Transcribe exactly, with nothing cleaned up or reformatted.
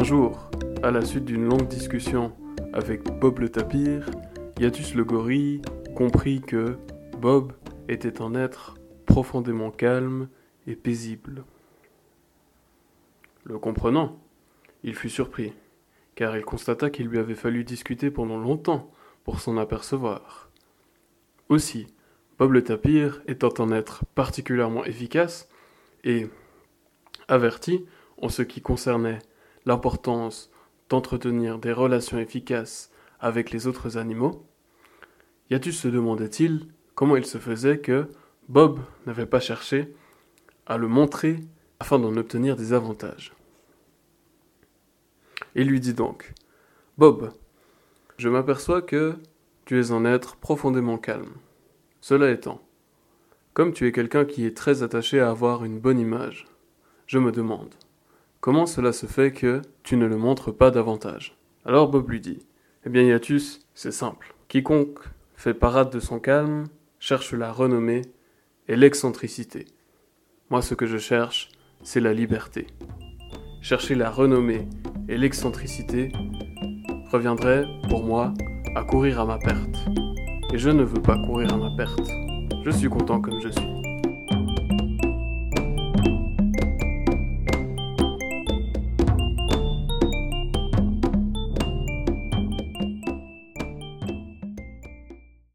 jour, à la suite d'une longue discussion avec Bob le tapir, Yatus le gorille comprit que Bob était un être profondément calme et paisible. Le comprenant, il fut surpris, car il constata qu'il lui avait fallu discuter pendant longtemps pour s'en apercevoir. Aussi, Bob le tapir étant un être particulièrement efficace et averti en ce qui concernait l'importance d'entretenir des relations efficaces avec les autres animaux, Yatus se demandait-il comment il se faisait que Bob n'avait pas cherché à le montrer afin d'en obtenir des avantages. Il lui dit donc : « Bob, je m'aperçois que tu es un être profondément calme. Cela étant, comme tu es quelqu'un qui est très attaché à avoir une bonne image, je me demande, comment cela se fait que tu ne le montres pas davantage ? » Alors Bob lui dit : « Eh bien Yatus, c'est simple. Quiconque fait parade de son calme cherche la renommée et l'excentricité. Moi, ce que je cherche, c'est la liberté. Chercher la renommée et l'excentricité reviendrait, pour moi, à courir à ma perte. Et je ne veux pas courir à ma perte. Je suis content comme je suis. »